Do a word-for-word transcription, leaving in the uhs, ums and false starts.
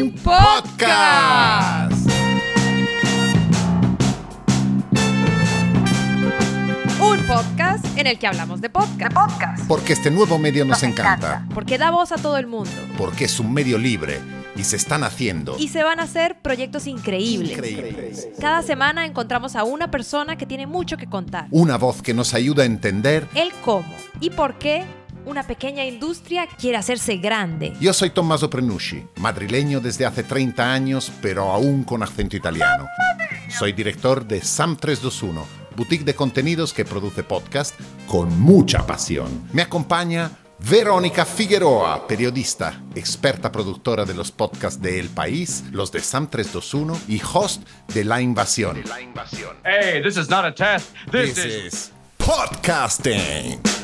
un podcast. Un podcast en el que hablamos de podcast. De podcast. Porque este nuevo medio nos, Nos encanta. encanta. Porque da voz a todo el mundo. Porque es un medio libre y se están haciendo Y se van a hacer proyectos increíbles. increíbles. Cada semana encontramos a una persona que tiene mucho que contar. Una voz que nos ayuda a entender. El cómo y por qué una pequeña industria quiere hacerse grande. Yo soy Tommaso Prenucci, madrileño desde hace treinta años, pero aún con acento italiano. Soy director de Sam trescientos veintiuno, boutique de contenidos que produce podcast con mucha pasión. Me acompaña Verónica Figueroa, periodista, experta productora de los podcasts de El País, los de Sam trescientos veintiuno y host de La Invasión. Hey, this is not a test. This, This is... is podcasting.